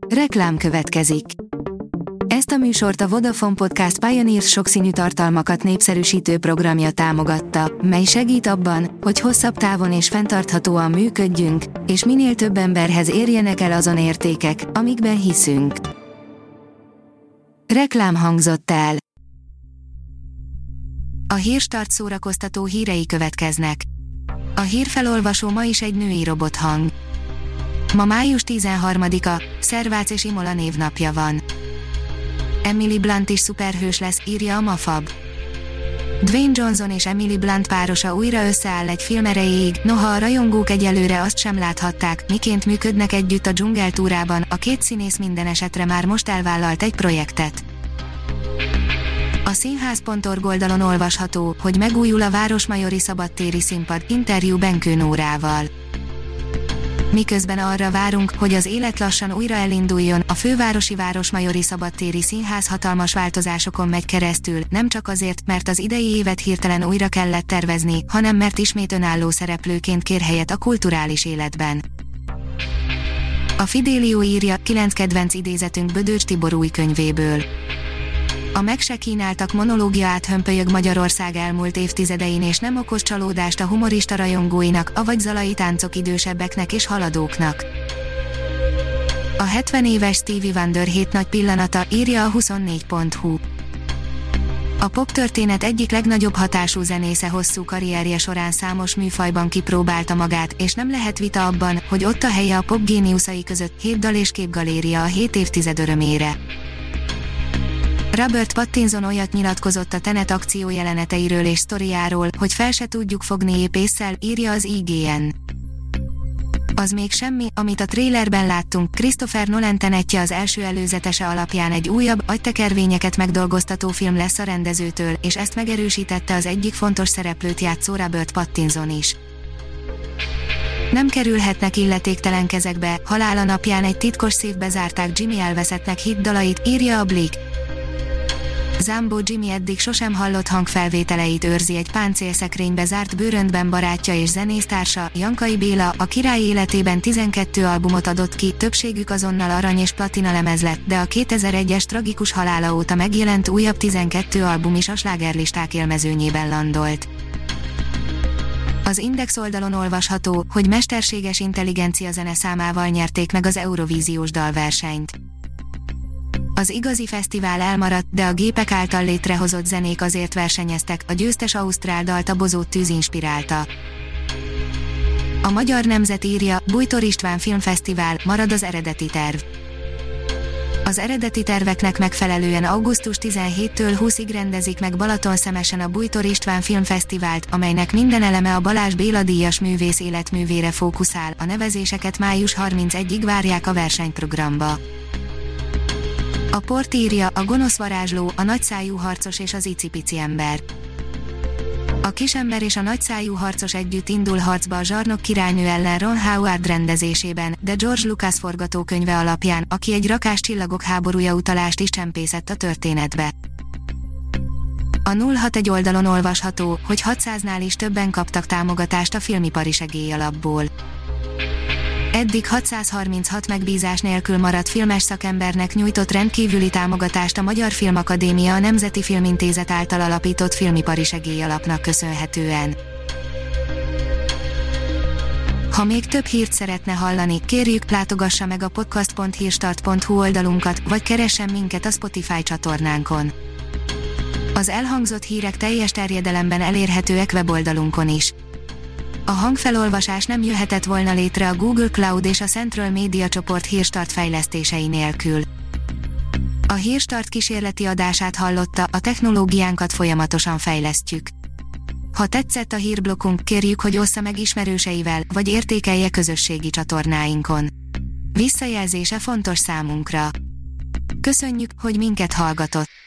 Reklám következik. Ezt a műsort a Vodafone Podcast Pioneers sokszínű tartalmakat népszerűsítő programja támogatta, mely segít abban, hogy hosszabb távon és fenntarthatóan működjünk, és minél több emberhez érjenek el azon értékek, amikben hiszünk. Reklám hangzott el. A Hírstart szórakoztató hírei következnek. A hírfelolvasó ma is egy női robothang. Ma május 13-a, Szervác és Imola névnapja van. Emily Blunt is szuperhős lesz, írja a Mafab. Dwayne Johnson és Emily Blunt párosa újra összeáll egy film erejéig, noha a rajongók egyelőre azt sem láthatták, miként működnek együtt a dzsungeltúrában, a két színész minden esetre már most elvállalt egy projektet. A színház.org oldalon olvasható, hogy megújul a Városmajori szabadtéri színpad, interjú Benkő Nórával. Miközben arra várunk, hogy az élet lassan újra elinduljon, a fővárosi Városmajori szabadtéri színház hatalmas változásokon megy keresztül, nem csak azért, mert az idei évet hirtelen újra kellett tervezni, hanem mert ismét önálló szereplőként kér helyet a kulturális életben. A Fidelio írja, 9 kedvenc idézetünk Bödöcs Tibor új könyvéből. A meg se kínáltak monológia áthömpölyög Magyarország elmúlt évtizedein, és nem okoz csalódást a humorista rajongóinak, avagy zalai táncok idősebbeknek és haladóknak. A 70 éves Stevie Wonder 7 nagy pillanata, írja a 24.hu. A poptörténet egyik legnagyobb hatású zenésze hosszú karrierje során számos műfajban kipróbálta magát, és nem lehet vita abban, hogy ott a helye a pop géniuszai között. 7 dal és képgaléria a 7 évtized örömére. Robert Pattinson olyat nyilatkozott a Tenet akció jeleneteiről és sztoriáról, hogy fel se tudjuk fogni épp ésszel, írja az IGN. Az még semmi, amit a trélerben láttunk. Christopher Nolan Tenetje az első előzetese alapján egy újabb, agytekervényeket megdolgoztató film lesz a rendezőtől, és ezt megerősítette az egyik fontos szereplőt játszó Robert Pattinson is. Nem kerülhetnek illetéktelen kezekbe, halála napján egy titkos széfbe zárták Jimmy elveszettnek hit dalait, írja a Blick. Zambo Jimmy eddig sosem hallott hangfelvételeit őrzi egy páncélszekrénybe zárt bőröndben barátja és zenésztársa, Jankai Béla, a király életében 12 albumot adott ki, többségük azonnal arany és platina lemez lett, de a 2001-es tragikus halála óta megjelent újabb 12 album is a slágerlisták élmezőnyében landolt. Az Index oldalon olvasható, hogy mesterséges intelligencia zeneszámával nyerték meg az Eurovíziós dalversenyt. Az igazi fesztivál elmaradt, de a gépek által létrehozott zenék azért versenyeztek, a győztes ausztrál dalt a Bozót tűz inspirálta. A Magyar Nemzet írja, Bújtor István Filmfesztivál, marad az eredeti terv. Az eredeti terveknek megfelelően augusztus 17-től 20-ig rendezik meg Balatonszemesen a Bújtor István Filmfesztivált, amelynek minden eleme a Balázs Béla díjas művész életművére fókuszál, a nevezéseket május 31-ig várják a versenyprogramba. A Port írja, a gonosz varázsló, a nagyszájú harcos és az icipici ember. A kisember és a nagyszájú harcos együtt indul harcba a zsarnok királynő ellen Ron Howard rendezésében, de George Lucas forgatókönyve alapján, aki egy rakás csillagok háborúja utalást is csempészett a történetbe. A 061 oldalon olvasható, hogy 600-nál is többen kaptak támogatást a filmipari segélyalapból. Eddig 636 megbízás nélkül maradt filmes szakembernek nyújtott rendkívüli támogatást a Magyar Filmakadémia a Nemzeti Filmintézet által alapított filmipari segélyalapnak köszönhetően. Ha még több hírt szeretne hallani, kérjük, látogassa meg a podcast.hírstart.hu oldalunkat, vagy keressen minket a Spotify csatornánkon. Az elhangzott hírek teljes terjedelemben elérhetőek weboldalunkon is. A hangfelolvasás nem jöhetett volna létre a Google Cloud és a Central Media csoport Hírstart fejlesztései nélkül. A Hírstart kísérleti adását hallotta, a technológiánkat folyamatosan fejlesztjük. Ha tetszett a hírblokkunk, kérjük, hogy ossza meg ismerőseivel, vagy értékelje közösségi csatornáinkon. Visszajelzése fontos számunkra. Köszönjük, hogy minket hallgatott!